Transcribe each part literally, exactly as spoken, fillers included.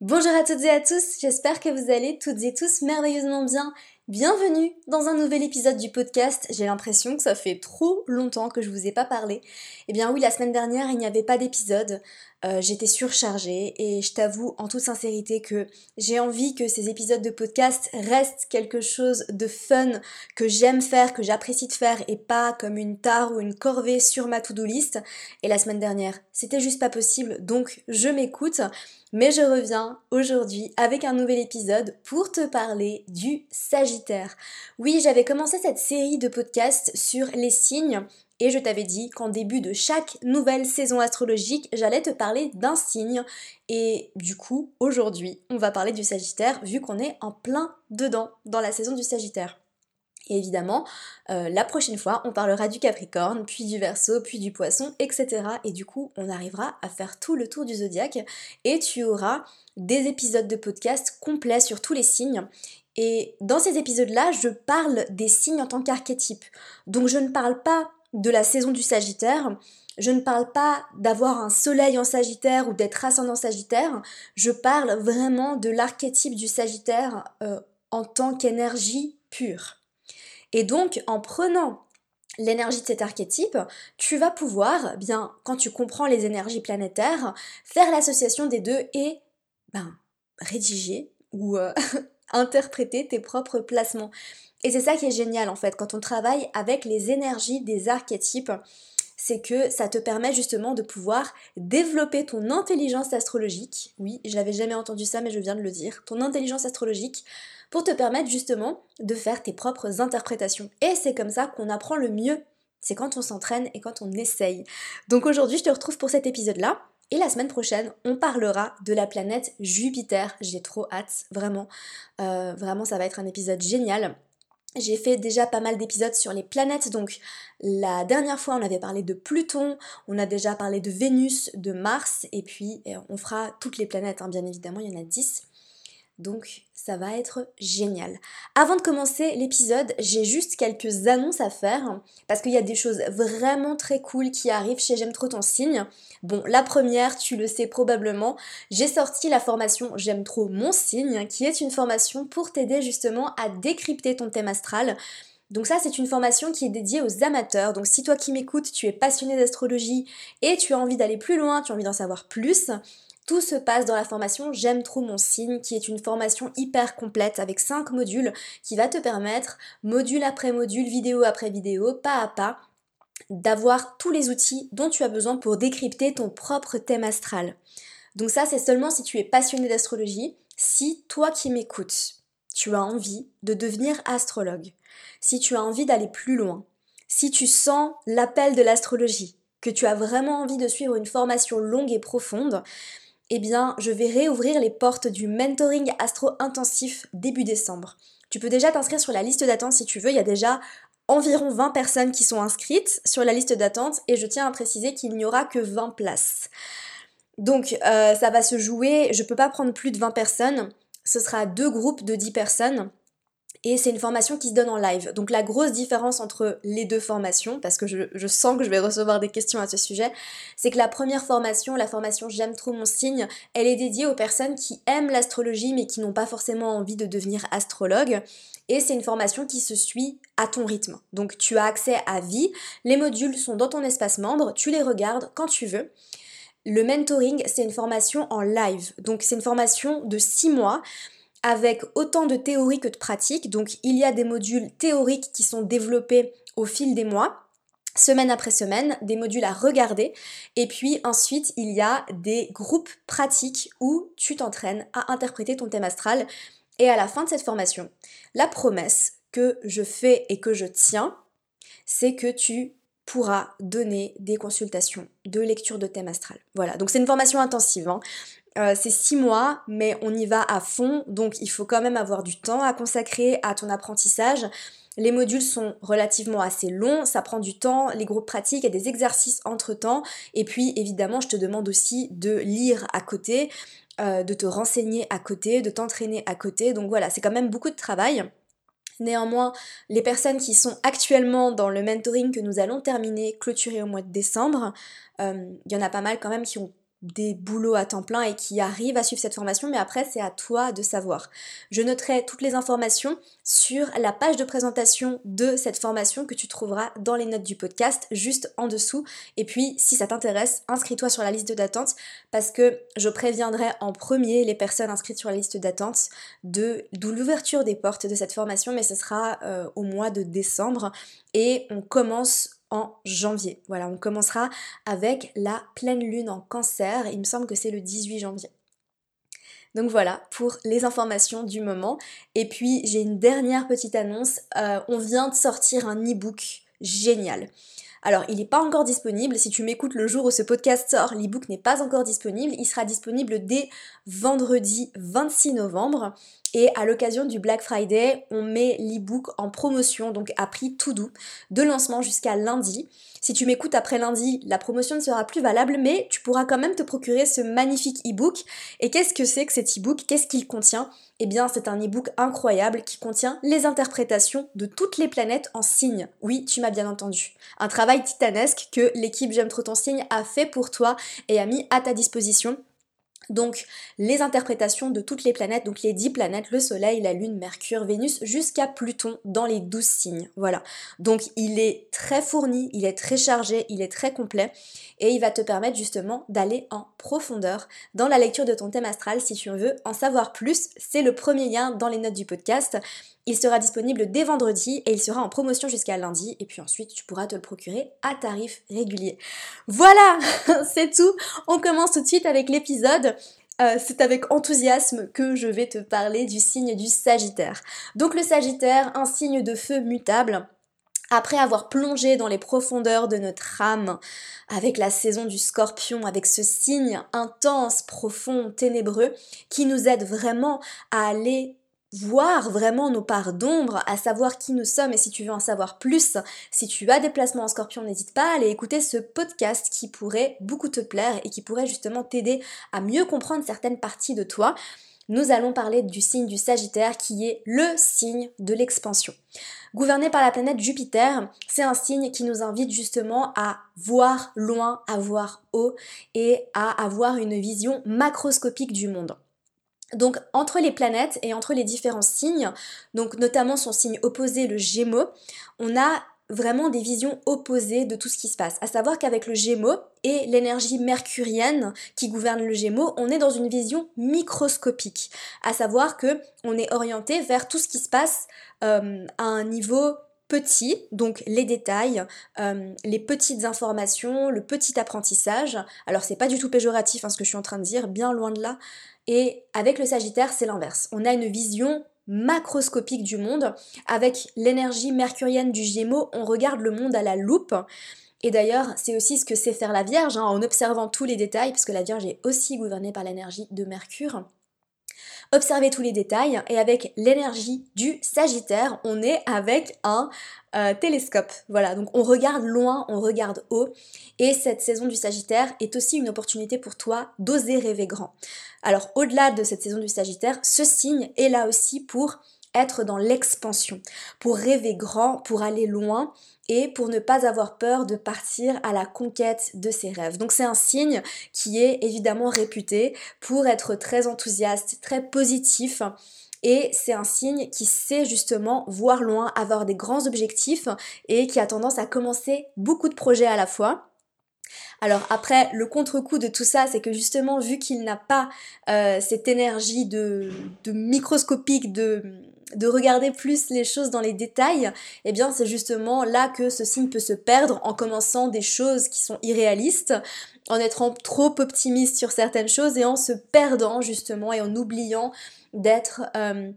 Bonjour à toutes et à tous, j'espère que vous allez toutes et tous merveilleusement bien. Bienvenue dans un nouvel épisode du podcast. J'ai l'impression que ça fait trop longtemps que je vous ai pas parlé. Eh bien oui, la semaine dernière, il n'y avait pas d'épisode. Euh, j'étais surchargée et je t'avoue en toute sincérité que j'ai envie que ces épisodes de podcast restent quelque chose de fun, que j'aime faire, que j'apprécie de faire et pas comme une tare ou une corvée sur ma to-do list. Et la semaine dernière, c'était juste pas possible, donc je m'écoute. Mais je reviens aujourd'hui avec un nouvel épisode pour te parler du Sagittaire. Oui, j'avais commencé cette série de podcasts sur les signes et je t'avais dit qu'en début de chaque nouvelle saison astrologique, j'allais te parler d'un signe. Et du coup, aujourd'hui, on va parler du Sagittaire vu qu'on est en plein dedans dans la saison du Sagittaire. Et évidemment, euh, la prochaine fois, on parlera du Capricorne, puis du Verseau, puis du Poisson, et cetera. Et du coup, on arrivera à faire tout le tour du zodiaque et tu auras des épisodes de podcast complets sur tous les signes. Et dans ces épisodes-là, je parle des signes en tant qu'archétype. Donc je ne parle pas de la saison du Sagittaire, je ne parle pas d'avoir un soleil en Sagittaire ou d'être ascendant Sagittaire, je parle vraiment de l'archétype du Sagittaire euh, en tant qu'énergie pure. Et donc, en prenant l'énergie de cet archétype, tu vas pouvoir, bien, quand tu comprends les énergies planétaires, faire l'association des deux et ben, rédiger ou euh, interpréter tes propres placements. Et c'est ça qui est génial en fait, quand on travaille avec les énergies des archétypes, c'est que ça te permet justement de pouvoir développer ton intelligence astrologique. Oui, j'avais jamais entendu ça, mais je viens de le dire. Ton intelligence astrologique pour te permettre justement de faire tes propres interprétations. Et c'est comme ça qu'on apprend le mieux. C'est quand on s'entraîne et quand on essaye. Donc aujourd'hui, je te retrouve pour cet épisode-là. Et la semaine prochaine, on parlera de la planète Jupiter. J'ai trop hâte, vraiment. Euh, vraiment, ça va être un épisode génial. J'ai fait déjà pas mal d'épisodes sur les planètes, donc la dernière fois on avait parlé de Pluton, on a déjà parlé de Vénus, de Mars, et puis on fera toutes les planètes, hein, bien évidemment, il y en a dix. Donc ça va être génial. Avant de commencer l'épisode, j'ai juste quelques annonces à faire parce qu'il y a des choses vraiment très cool qui arrivent chez J'aime trop ton signe. Bon, la première, tu le sais probablement, j'ai sorti la formation J'aime trop mon signe qui est une formation pour t'aider justement à décrypter ton thème astral. Donc ça, c'est une formation qui est dédiée aux amateurs. Donc si toi qui m'écoutes, tu es passionné d'astrologie et tu as envie d'aller plus loin, tu as envie d'en savoir plus, tout se passe dans la formation J'aime trop mon signe, qui est une formation hyper complète avec cinq modules qui va te permettre, module après module, vidéo après vidéo, pas à pas, d'avoir tous les outils dont tu as besoin pour décrypter ton propre thème astral. Donc ça, c'est seulement si tu es passionné d'astrologie, si toi qui m'écoutes, tu as envie de devenir astrologue, si tu as envie d'aller plus loin, si tu sens l'appel de l'astrologie, que tu as vraiment envie de suivre une formation longue et profonde, eh bien, je vais réouvrir les portes du mentoring astro-intensif début décembre. Tu peux déjà t'inscrire sur la liste d'attente si tu veux, il y a déjà environ vingt personnes qui sont inscrites sur la liste d'attente et je tiens à préciser qu'il n'y aura que vingt places. Donc, euh, ça va se jouer, je peux pas prendre plus de vingt personnes, ce sera deux groupes de dix personnes. Et c'est une formation qui se donne en live. Donc la grosse différence entre les deux formations, parce que je, je sens que je vais recevoir des questions à ce sujet, c'est que la première formation, la formation J'aime trop mon signe, elle est dédiée aux personnes qui aiment l'astrologie mais qui n'ont pas forcément envie de devenir astrologue. Et c'est une formation qui se suit à ton rythme. Donc tu as accès à vie, les modules sont dans ton espace membre, tu les regardes quand tu veux. Le mentoring, c'est une formation en live. Donc c'est une formation de six mois avec autant de théorie que de pratique. Donc il y a des modules théoriques qui sont développés au fil des mois, semaine après semaine, des modules à regarder. Et puis ensuite, il y a des groupes pratiques où tu t'entraînes à interpréter ton thème astral. Et à la fin de cette formation, la promesse que je fais et que je tiens, c'est que tu pourras donner des consultations de lecture de thème astral. Voilà, donc c'est une formation intensive, hein. Euh, c'est six mois, mais on y va à fond, donc il faut quand même avoir du temps à consacrer à ton apprentissage. Les modules sont relativement assez longs, ça prend du temps, les groupes pratiques, il y a des exercices entre-temps, et puis évidemment je te demande aussi de lire à côté, euh, de te renseigner à côté, de t'entraîner à côté, donc voilà, c'est quand même beaucoup de travail. Néanmoins, les personnes qui sont actuellement dans le mentoring que nous allons terminer, clôturer au mois de décembre, euh, il y en a pas mal quand même qui ont des boulots à temps plein et qui arrivent à suivre cette formation, mais après c'est à toi de savoir. Je noterai toutes les informations sur la page de présentation de cette formation que tu trouveras dans les notes du podcast, juste en dessous. Et puis si ça t'intéresse, inscris-toi sur la liste d'attente parce que je préviendrai en premier les personnes inscrites sur la liste d'attente de, de l'ouverture des portes de cette formation, mais ce sera euh, au mois de décembre et on commence en janvier. Voilà, on commencera avec la pleine lune en Cancer, il me semble que c'est le dix-huit janvier. Donc voilà pour les informations du moment. Et puis j'ai une dernière petite annonce, euh, on vient de sortir un e-book génial. Alors, il n'est pas encore disponible, si tu m'écoutes le jour où ce podcast sort, l'e-book n'est pas encore disponible, il sera disponible dès vendredi vingt-six novembre et à l'occasion du Black Friday, on met l'e-book en promotion, donc à prix tout doux, de lancement jusqu'à lundi. Si tu m'écoutes après lundi, la promotion ne sera plus valable, mais tu pourras quand même te procurer ce magnifique e-book. Et qu'est-ce que c'est que cet e-book? Qu'est-ce qu'il contient? Eh bien, c'est un e-book incroyable qui contient les interprétations de toutes les planètes en signes. Oui, tu m'as bien entendu. Un travail titanesque que l'équipe J'aime trop ton signe a fait pour toi et a mis à ta disposition. Donc les interprétations de toutes les planètes, donc les dix planètes, le soleil, la lune, Mercure, Vénus, jusqu'à Pluton dans les douze signes. Voilà. Donc il est très fourni, il est très chargé, il est très complet et il va te permettre justement d'aller en profondeur dans la lecture de ton thème astral. Si tu veux en savoir plus, c'est le premier lien dans les notes du podcast. Il sera disponible dès vendredi et il sera en promotion jusqu'à lundi et puis ensuite tu pourras te le procurer à tarif régulier. Voilà, c'est tout. On commence tout de suite avec l'épisode. Euh, c'est avec enthousiasme que je vais te parler du signe du Sagittaire. Donc le Sagittaire, un signe de feu mutable. Après avoir plongé dans les profondeurs de notre âme, avec la saison du Scorpion, avec ce signe intense, profond, ténébreux, qui nous aide vraiment à aller voir vraiment nos parts d'ombre, à savoir qui nous sommes. Et si tu veux en savoir plus, si tu as des placements en Scorpion, n'hésite pas à aller écouter ce podcast qui pourrait beaucoup te plaire et qui pourrait justement t'aider à mieux comprendre certaines parties de toi. Nous allons parler du signe du Sagittaire qui est le signe de l'expansion. Gouverné par la planète Jupiter, c'est un signe qui nous invite justement à voir loin, à voir haut et à avoir une vision macroscopique du monde. Donc entre les planètes et entre les différents signes, donc notamment son signe opposé, le Gémeaux, on a vraiment des visions opposées de tout ce qui se passe. À savoir qu'avec le Gémeaux et l'énergie mercurienne qui gouverne le Gémeaux, on est dans une vision microscopique. À savoir que on est orienté vers tout ce qui se passe euh, à un niveau petit, donc les détails, euh, les petites informations, le petit apprentissage. Alors c'est pas du tout péjoratif hein, ce que je suis en train de dire, bien loin de là. Et avec le Sagittaire, c'est l'inverse. On a une vision macroscopique du monde. Avec l'énergie mercurienne du Gémeaux, on regarde le monde à la loupe. Et d'ailleurs, c'est aussi ce que sait faire la Vierge, hein, en observant tous les détails, parce que la Vierge est aussi gouvernée par l'énergie de Mercure. Observer tous les détails, et avec l'énergie du Sagittaire, on est avec un euh, télescope. Voilà, donc on regarde loin, on regarde haut, et cette saison du Sagittaire est aussi une opportunité pour toi d'oser rêver grand. Alors au-delà de cette saison du Sagittaire, ce signe est là aussi pour être dans l'expansion, pour rêver grand, pour aller loin, et pour ne pas avoir peur de partir à la conquête de ses rêves. Donc c'est un signe qui est évidemment réputé pour être très enthousiaste, très positif, et c'est un signe qui sait justement voir loin, avoir des grands objectifs et qui a tendance à commencer beaucoup de projets à la fois. Alors après, le contre-coup de tout ça, c'est que justement, vu qu'il n'a pas euh, cette énergie de, de microscopique, de, de regarder plus les choses dans les détails, eh bien c'est justement là que ce signe peut se perdre en commençant des choses qui sont irréalistes, en étant trop optimiste sur certaines choses et en se perdant justement et en oubliant d'être euh,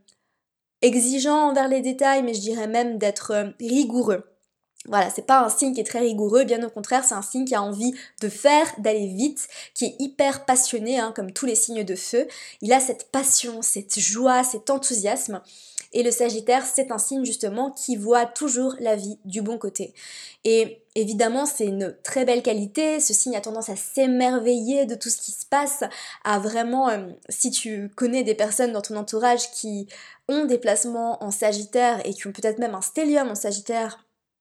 exigeant envers les détails, mais je dirais même d'être euh, rigoureux. Voilà, c'est pas un signe qui est très rigoureux, bien au contraire, c'est un signe qui a envie de faire, d'aller vite, qui est hyper passionné, hein, comme tous les signes de feu. Il a cette passion, cette joie, cet enthousiasme. Et le Sagittaire, c'est un signe justement qui voit toujours la vie du bon côté. Et évidemment, c'est une très belle qualité. Ce signe a tendance à s'émerveiller de tout ce qui se passe, à vraiment, euh, si tu connais des personnes dans ton entourage qui ont des placements en Sagittaire et qui ont peut-être même un stellium en Sagittaire,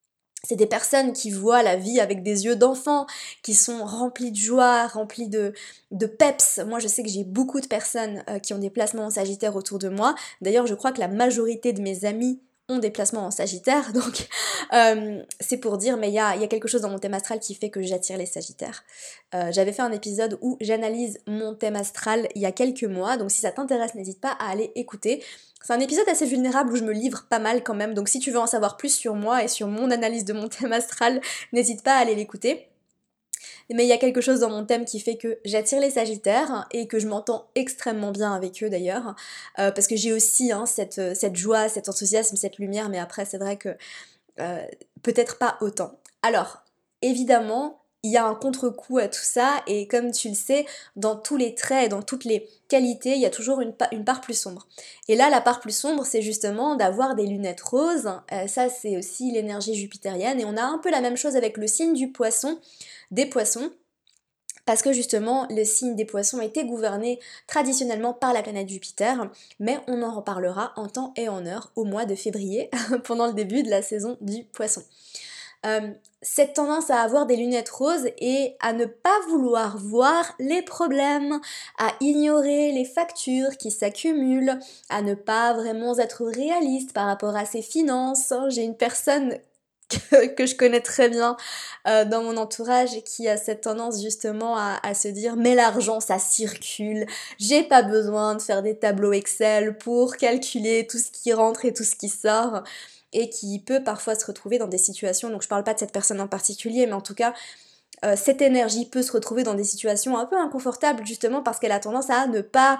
C'est des personnes qui voient la vie avec des yeux d'enfant, qui sont remplies de joie, remplies de, de peps. Moi, je sais que j'ai beaucoup de personnes euh, qui ont des placements en Sagittaire autour de moi. D'ailleurs, je crois que la majorité de mes amis ont des placements en Sagittaire, donc euh, c'est pour dire, mais il y a, y a quelque chose dans mon thème astral qui fait que j'attire les Sagittaires. Euh, j'avais fait un épisode où j'analyse mon thème astral il y a quelques mois, donc si ça t'intéresse, n'hésite pas à aller écouter. C'est un épisode assez vulnérable où je me livre pas mal quand même, donc si tu veux en savoir plus sur moi et sur mon analyse de mon thème astral, n'hésite pas à aller l'écouter. Mais il y a quelque chose dans mon thème qui fait que j'attire les Sagittaires et que je m'entends extrêmement bien avec eux d'ailleurs, euh, parce que j'ai aussi hein, cette, cette joie, cet enthousiasme, cette lumière, mais après c'est vrai que euh, peut-être pas autant. Alors, évidemment, il y a un contre-coup à tout ça, et comme tu le sais, dans tous les traits, dans toutes les qualités, il y a toujours une, pa- une part plus sombre. Et là, la part plus sombre, c'est justement d'avoir des lunettes roses, euh, ça c'est aussi l'énergie jupitérienne, et on a un peu la même chose avec le signe du poisson, des poissons, parce que justement le signe des poissons était gouverné traditionnellement par la planète Jupiter, mais on en reparlera en temps et en heure au mois de février, pendant le début de la saison du poisson. Euh, cette tendance à avoir des lunettes roses et à ne pas vouloir voir les problèmes, à ignorer les factures qui s'accumulent, à ne pas vraiment être réaliste par rapport à ses finances. J'ai une personne que, que je connais très bien euh, dans mon entourage et qui a cette tendance justement à, à se dire mais l'argent ça circule, j'ai pas besoin de faire des tableaux Excel pour calculer tout ce qui rentre et tout ce qui sort, et qui peut parfois se retrouver dans des situations, donc je parle pas de cette personne en particulier, mais en tout cas euh, cette énergie peut se retrouver dans des situations un peu inconfortables justement parce qu'elle a tendance à ne pas...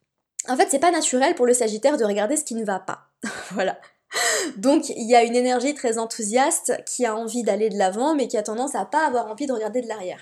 En fait c'est pas naturel pour le Sagittaire de regarder ce qui ne va pas, voilà. Donc il y a une énergie très enthousiaste qui a envie d'aller de l'avant mais qui a tendance à pas avoir envie de regarder de l'arrière.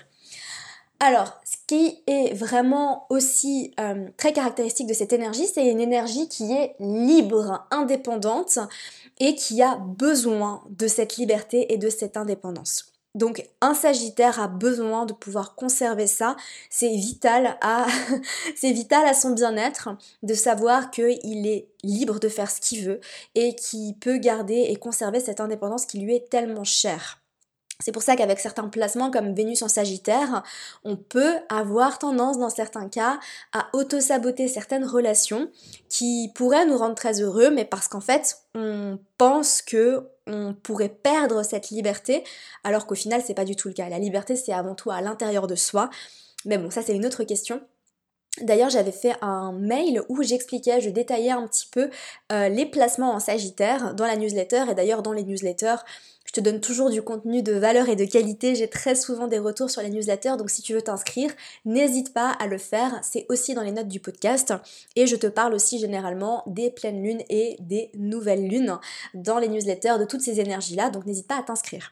Alors, ce qui est vraiment aussi euh, très caractéristique de cette énergie, c'est une énergie qui est libre, indépendante et qui a besoin de cette liberté et de cette indépendance. Donc un Sagittaire a besoin de pouvoir conserver ça, c'est vital à, c'est vital à son bien-être de savoir qu'il est libre de faire ce qu'il veut et qu'il peut garder et conserver cette indépendance qui lui est tellement chère. C'est pour ça qu'avec certains placements comme Vénus en Sagittaire, on peut avoir tendance dans certains cas à auto-saboter certaines relations qui pourraient nous rendre très heureux, mais parce qu'en fait on pense que on pourrait perdre cette liberté, alors qu'au final c'est pas du tout le cas. La liberté c'est avant tout à l'intérieur de soi, mais bon ça c'est une autre question. D'ailleurs j'avais fait un mail où j'expliquais, je détaillais un petit peu euh, les placements en Sagittaire dans la newsletter, et d'ailleurs dans les newsletters je te donne toujours du contenu de valeur et de qualité, j'ai très souvent des retours sur les newsletters, donc si tu veux t'inscrire, n'hésite pas à le faire, c'est aussi dans les notes du podcast, et je te parle aussi généralement des pleines lunes et des nouvelles lunes dans les newsletters, de toutes ces énergies-là, donc n'hésite pas à t'inscrire.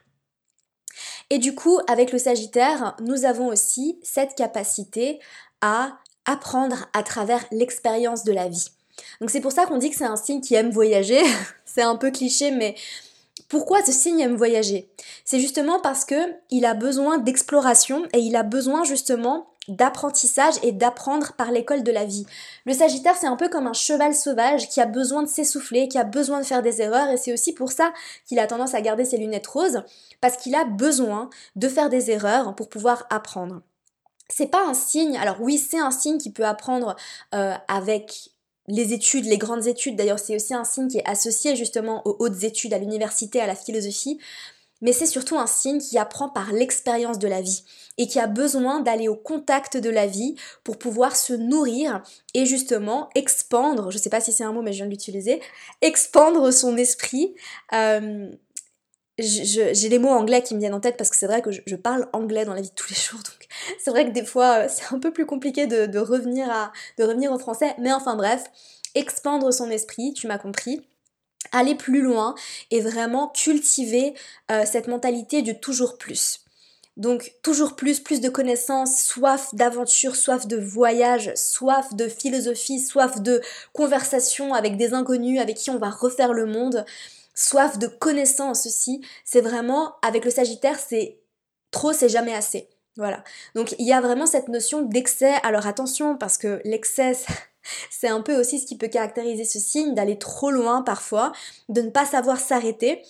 Et du coup, avec le Sagittaire, nous avons aussi cette capacité à apprendre à travers l'expérience de la vie. Donc c'est pour ça qu'on dit que c'est un signe qui aime voyager, c'est un peu cliché, mais pourquoi ce signe aime voyager? C'est justement parce que il a besoin d'exploration et il a besoin justement d'apprentissage et d'apprendre par l'école de la vie. Le Sagittaire, c'est un peu comme un cheval sauvage qui a besoin de s'essouffler, qui a besoin de faire des erreurs, et c'est aussi pour ça qu'il a tendance à garder ses lunettes roses, parce qu'il a besoin de faire des erreurs pour pouvoir apprendre. C'est pas un signe, alors oui, c'est un signe qui peut apprendre euh, avec les études, les grandes études, d'ailleurs c'est aussi un signe qui est associé justement aux hautes études, à l'université, à la philosophie, mais c'est surtout un signe qui apprend par l'expérience de la vie et qui a besoin d'aller au contact de la vie pour pouvoir se nourrir et justement expandre, je sais pas si c'est un mot mais je viens de l'utiliser, expandre son esprit. Euh, Je, je, j'ai les mots anglais qui me viennent en tête parce que c'est vrai que je, je parle anglais dans la vie de tous les jours, donc c'est vrai que des fois euh, c'est un peu plus compliqué de, de, revenir à, de revenir au français, mais enfin bref, expandre son esprit, tu m'as compris, aller plus loin et vraiment cultiver euh, cette mentalité du toujours plus. Donc toujours plus, plus de connaissances, soif d'aventure, soif de voyage, soif de philosophie, soif de conversation avec des inconnus avec qui on va refaire le monde, soif de connaissances aussi. C'est vraiment, avec le Sagittaire, c'est trop, c'est jamais assez. Voilà. Donc il y a vraiment cette notion d'excès. Alors attention, parce que l'excès, c'est un peu aussi ce qui peut caractériser ce signe, d'aller trop loin parfois, de ne pas savoir s'arrêter.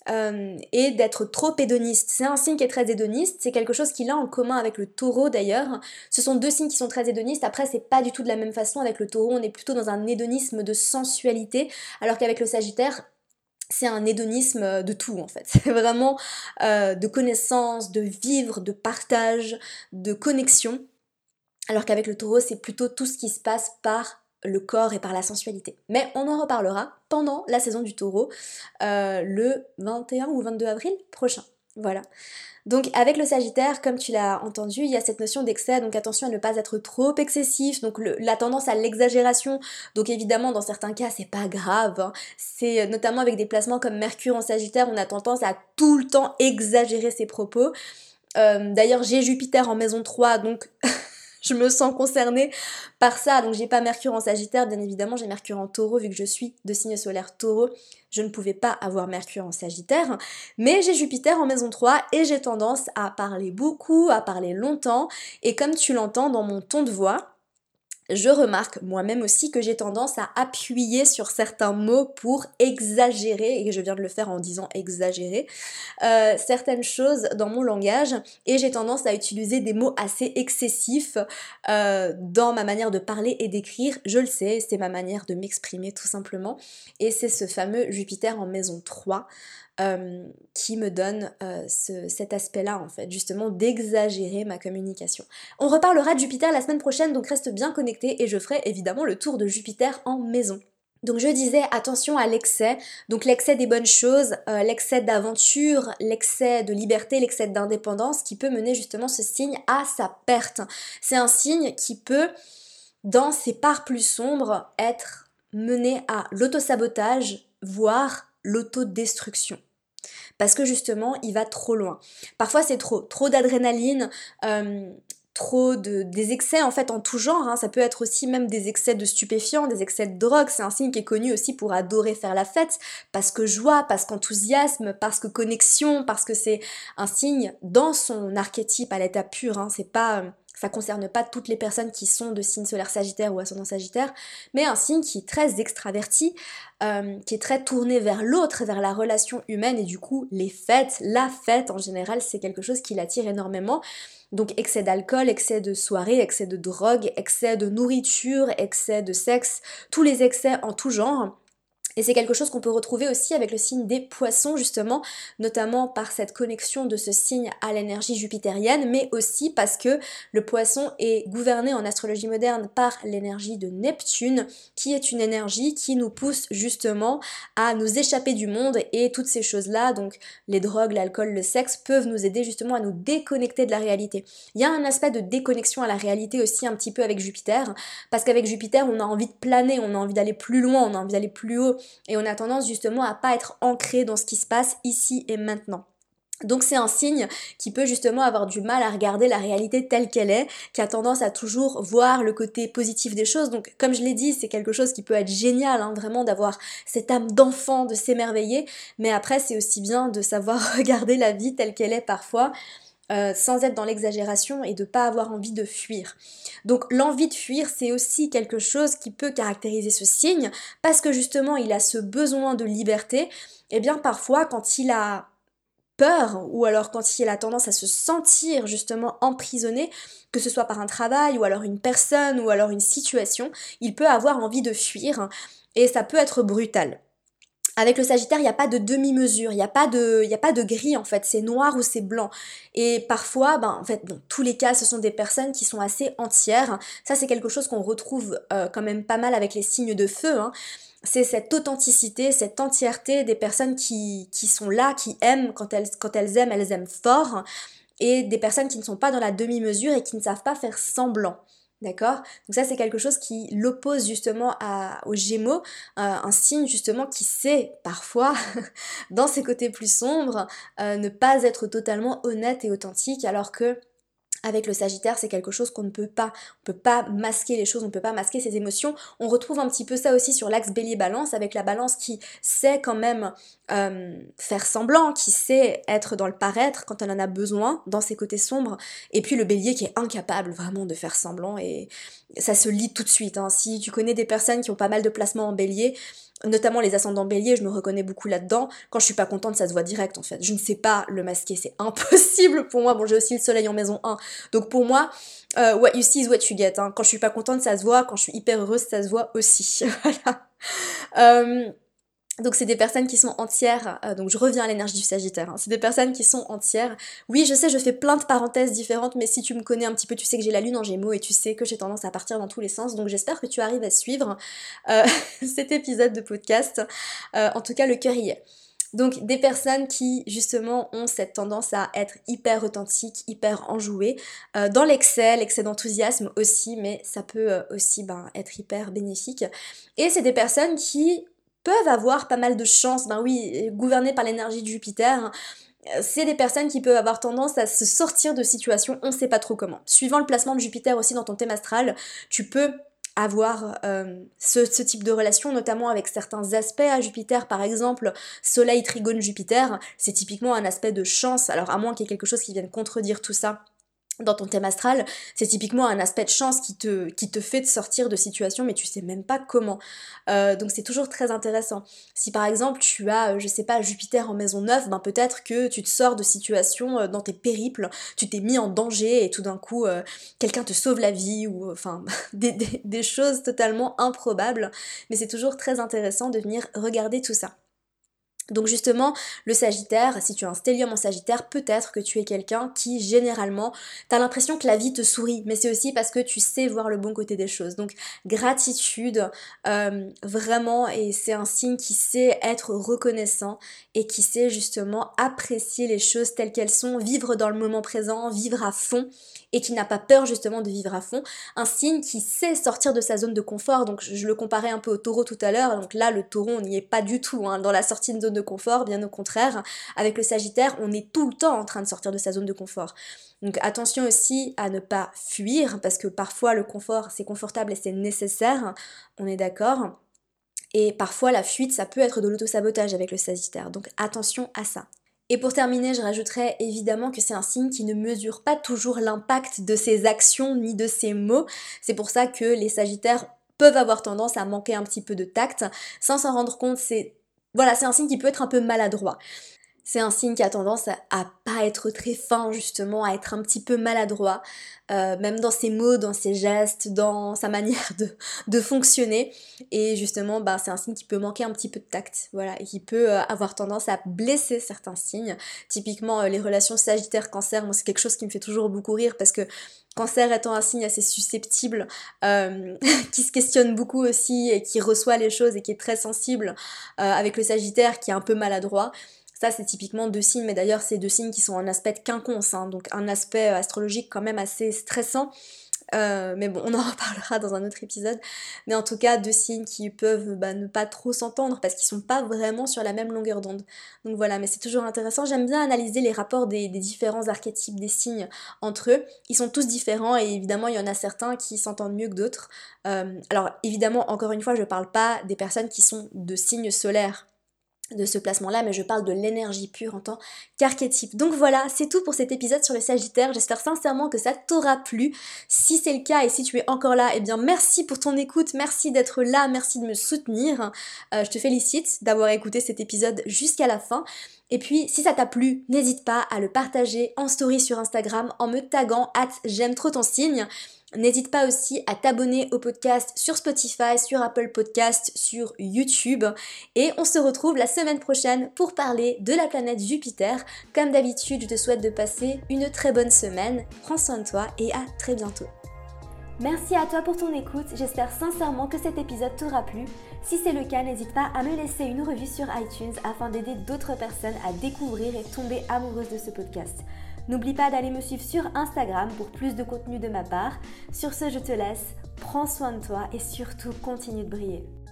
euh, et d'être trop hédoniste. C'est un signe qui est très hédoniste, c'est quelque chose qu'il a en commun avec le taureau d'ailleurs. Ce sont deux signes qui sont très hédonistes, après c'est pas du tout de la même façon, avec le taureau on est plutôt dans un hédonisme de sensualité, alors qu'avec le sagittaire, c'est un hédonisme de tout en fait, c'est vraiment euh, de connaissance, de vivre, de partage, de connexion, alors qu'avec le taureau c'est plutôt tout ce qui se passe par le corps et par la sensualité. Mais on en reparlera pendant la saison du taureau, euh, le vingt et un ou vingt-deux avril prochain, voilà. Donc avec le Sagittaire, comme tu l'as entendu, il y a cette notion d'excès, donc attention à ne pas être trop excessif, donc le, la tendance à l'exagération, donc évidemment dans certains cas c'est pas grave, hein. C'est notamment avec des placements comme Mercure en Sagittaire, on a tendance à tout le temps exagérer ses propos. Euh, d'ailleurs j'ai Jupiter en maison trois, donc je me sens concernée par ça, donc j'ai pas Mercure en Sagittaire, bien évidemment j'ai Mercure en Taureau, vu que je suis de signe solaire Taureau, je ne pouvais pas avoir Mercure en Sagittaire, mais j'ai Jupiter en maison trois et j'ai tendance à parler beaucoup, à parler longtemps, et comme tu l'entends dans mon ton de voix, je remarque moi-même aussi que j'ai tendance à appuyer sur certains mots pour exagérer, et je viens de le faire en disant exagérer, euh, certaines choses dans mon langage, et j'ai tendance à utiliser des mots assez excessifs euh, dans ma manière de parler et d'écrire, je le sais, c'est ma manière de m'exprimer tout simplement, et c'est ce fameux Jupiter en maison trois Euh, qui me donne euh, ce, cet aspect-là en fait, justement d'exagérer ma communication. On reparlera de Jupiter la semaine prochaine, donc reste bien connecté et je ferai évidemment le tour de Jupiter en maison. Donc je disais attention à l'excès, donc l'excès des bonnes choses, euh, l'excès d'aventure, l'excès de liberté, l'excès d'indépendance qui peut mener justement ce signe à sa perte. C'est un signe qui peut, dans ses parts plus sombres, être mené à l'autosabotage, voire l'autodestruction. Parce que justement, il va trop loin. Parfois c'est trop, trop d'adrénaline, euh, trop de, des excès en fait en tout genre, hein. Ça peut être aussi même des excès de stupéfiants, des excès de drogue, c'est un signe qui est connu aussi pour adorer faire la fête, parce que joie, parce qu'enthousiasme, parce que connexion, parce que c'est un signe dans son archétype à l'état pur, hein. C'est pas... Euh, ça concerne pas toutes les personnes qui sont de signe solaire Sagittaire ou ascendant Sagittaire, mais un signe qui est très extraverti, euh, qui est très tourné vers l'autre, vers la relation humaine, et du coup les fêtes, la fête en général, c'est quelque chose qui l'attire énormément. Donc excès d'alcool, excès de soirée, excès de drogue, excès de nourriture, excès de sexe, tous les excès en tout genre. Et c'est quelque chose qu'on peut retrouver aussi avec le signe des poissons justement, notamment par cette connexion de ce signe à l'énergie jupitérienne, mais aussi parce que le poisson est gouverné en astrologie moderne par l'énergie de Neptune, qui est une énergie qui nous pousse justement à nous échapper du monde, et toutes ces choses-là, donc les drogues, l'alcool, le sexe, peuvent nous aider justement à nous déconnecter de la réalité. Il y a un aspect de déconnexion à la réalité aussi un petit peu avec Jupiter, parce qu'avec Jupiter on a envie de planer, on a envie d'aller plus loin, on a envie d'aller plus haut, et on a tendance justement à pas être ancré dans ce qui se passe ici et maintenant. Donc c'est un signe qui peut justement avoir du mal à regarder la réalité telle qu'elle est, qui a tendance à toujours voir le côté positif des choses. Donc comme je l'ai dit, c'est quelque chose qui peut être génial, hein, vraiment d'avoir cette âme d'enfant, de s'émerveiller, mais après c'est aussi bien de savoir regarder la vie telle qu'elle est parfois, Euh, sans être dans l'exagération et de pas avoir envie de fuir. Donc l'envie de fuir, c'est aussi quelque chose qui peut caractériser ce signe, parce que justement il a ce besoin de liberté, et bien parfois quand il a peur, ou alors quand il a tendance à se sentir justement emprisonné, que ce soit par un travail, ou alors une personne, ou alors une situation, il peut avoir envie de fuir, et ça peut être brutal. Avec le Sagittaire, il n'y a pas de demi-mesure, il n'y a pas de, il y a pas de gris en fait, c'est noir ou c'est blanc. Et parfois, ben en fait, dans tous les cas, ce sont des personnes qui sont assez entières. Ça, c'est quelque chose qu'on retrouve euh, quand même pas mal avec les signes de feu, hein. C'est cette authenticité, cette entièreté des personnes qui, qui sont là, qui aiment, quand elles, quand elles aiment, elles aiment fort, et des personnes qui ne sont pas dans la demi-mesure et qui ne savent pas faire semblant. D'accord? Donc ça c'est quelque chose qui l'oppose justement à, aux Gémeaux, euh, un signe justement qui sait parfois, dans ses côtés plus sombres, euh, ne pas être totalement honnête et authentique, alors que Avec le Sagittaire, c'est quelque chose qu'on ne peut pas. On peut pas masquer les choses, on ne peut pas masquer ses émotions. On retrouve un petit peu ça aussi sur l'axe Bélier-Balance, avec la Balance qui sait quand même euh, faire semblant, qui sait être dans le paraître quand elle en a besoin, dans ses côtés sombres, et puis le Bélier qui est incapable vraiment de faire semblant, et ça se lit tout de suite. Hein. Si tu connais des personnes qui ont pas mal de placements en Bélier, notamment les ascendants Bélier, je me reconnais beaucoup là-dedans. Quand je suis pas contente, ça se voit direct en fait. Je ne sais pas le masquer, c'est impossible pour moi. Bon, j'ai aussi le soleil en maison un, donc pour moi, euh, what you see is what you get. Hein. Quand je suis pas contente, ça se voit. Quand je suis hyper heureuse, ça se voit aussi. Voilà. Euh, Donc c'est des personnes qui sont entières, euh, donc je reviens à l'énergie du Sagittaire, hein. C'est des personnes qui sont entières. Oui, je sais, je fais plein de parenthèses différentes, mais si tu me connais un petit peu, tu sais que j'ai la lune en Gémeaux et tu sais que j'ai tendance à partir dans tous les sens, donc j'espère que tu arrives à suivre euh, cet épisode de podcast. Euh, en tout cas, le cœur y est. Donc des personnes qui justement ont cette tendance à être hyper authentiques, hyper enjouées, euh, dans l'excès, l'excès d'enthousiasme aussi, mais ça peut euh, aussi ben, être hyper bénéfique. Et c'est des personnes qui peuvent avoir pas mal de chance, ben oui, gouvernées par l'énergie de Jupiter, c'est des personnes qui peuvent avoir tendance à se sortir de situations, on sait pas trop comment. Suivant le placement de Jupiter aussi dans ton thème astral, tu peux avoir euh, ce, ce type de relation, notamment avec certains aspects à Jupiter, par exemple, Soleil trigone Jupiter, c'est typiquement un aspect de chance, alors à moins qu'il y ait quelque chose qui vienne contredire tout ça, dans ton thème astral, c'est typiquement un aspect de chance qui te, qui te fait te sortir de situation, mais tu sais même pas comment. Euh, donc c'est toujours très intéressant. Si par exemple tu as, je sais pas, Jupiter en maison neuf, ben peut-être que tu te sors de situation euh, dans tes périples, tu t'es mis en danger et tout d'un coup euh, quelqu'un te sauve la vie, ou enfin des, des, des choses totalement improbables, mais c'est toujours très intéressant de venir regarder tout ça. Donc justement, le Sagittaire, si tu as un stellium en Sagittaire, peut-être que tu es quelqu'un qui, généralement, t'as l'impression que la vie te sourit, mais c'est aussi parce que tu sais voir le bon côté des choses. Donc gratitude, euh, vraiment, et c'est un signe qui sait être reconnaissant et qui sait justement apprécier les choses telles qu'elles sont, vivre dans le moment présent, vivre à fond, et qui n'a pas peur justement de vivre à fond. Un signe qui sait sortir de sa zone de confort, donc je le comparais un peu au Taureau tout à l'heure, donc là le Taureau on n'y est pas du tout hein, dans la sortie de zone de confort, bien au contraire. Avec le Sagittaire, on est tout le temps en train de sortir de sa zone de confort. Donc attention aussi à ne pas fuir, parce que parfois le confort c'est confortable et c'est nécessaire, on est d'accord. Et parfois la fuite ça peut être de l'auto-sabotage avec le Sagittaire, donc attention à ça. Et pour terminer, je rajouterais évidemment que c'est un signe qui ne mesure pas toujours l'impact de ses actions ni de ses mots. C'est pour ça que les Sagittaires peuvent avoir tendance à manquer un petit peu de tact. Sans s'en rendre compte, c'est voilà, c'est un signe qui peut être un peu maladroit. C'est un signe qui a tendance à, à pas être très fin justement, à être un petit peu maladroit, euh, même dans ses mots, dans ses gestes, dans sa manière de, de fonctionner. Et justement, bah, c'est un signe qui peut manquer un petit peu de tact, voilà, et qui peut euh, avoir tendance à blesser certains signes. Typiquement, euh, les relations Sagittaire-Cancer, moi c'est quelque chose qui me fait toujours beaucoup rire parce que Cancer étant un signe assez susceptible, euh, qui se questionne beaucoup aussi et qui reçoit les choses et qui est très sensible, euh, avec le Sagittaire qui est un peu maladroit. Ça, c'est typiquement deux signes, mais d'ailleurs, c'est deux signes qui sont en aspect de quinconce, hein, donc un aspect astrologique quand même assez stressant. Euh, mais bon, on en reparlera dans un autre épisode. Mais en tout cas, deux signes qui peuvent bah, ne pas trop s'entendre parce qu'ils sont pas vraiment sur la même longueur d'onde. Donc voilà, mais c'est toujours intéressant. J'aime bien analyser les rapports des, des différents archétypes des signes entre eux. Ils sont tous différents et évidemment, il y en a certains qui s'entendent mieux que d'autres. Euh, alors évidemment, encore une fois, je parle pas des personnes qui sont de signes solaires de ce placement-là, mais je parle de l'énergie pure en tant qu'archétype. Donc voilà, c'est tout pour cet épisode sur le Sagittaire. J'espère sincèrement que ça t'aura plu. Si c'est le cas et si tu es encore là, eh bien merci pour ton écoute, merci d'être là, merci de me soutenir. Euh, je te félicite d'avoir écouté cet épisode jusqu'à la fin. Et puis, si ça t'a plu, n'hésite pas à le partager en story sur Instagram en me taguant at j'aime trop ton signe. N'hésite pas aussi à t'abonner au podcast sur Spotify, sur Apple Podcast, sur YouTube. Et on se retrouve la semaine prochaine pour parler de la planète Jupiter. Comme d'habitude, je te souhaite de passer une très bonne semaine. Prends soin de toi et à très bientôt. Merci à toi pour ton écoute, j'espère sincèrement que cet épisode t'aura plu. Si c'est le cas, n'hésite pas à me laisser une revue sur iTunes afin d'aider d'autres personnes à découvrir et tomber amoureuses de ce podcast. N'oublie pas d'aller me suivre sur Instagram pour plus de contenu de ma part. Sur ce, je te laisse, prends soin de toi et surtout continue de briller.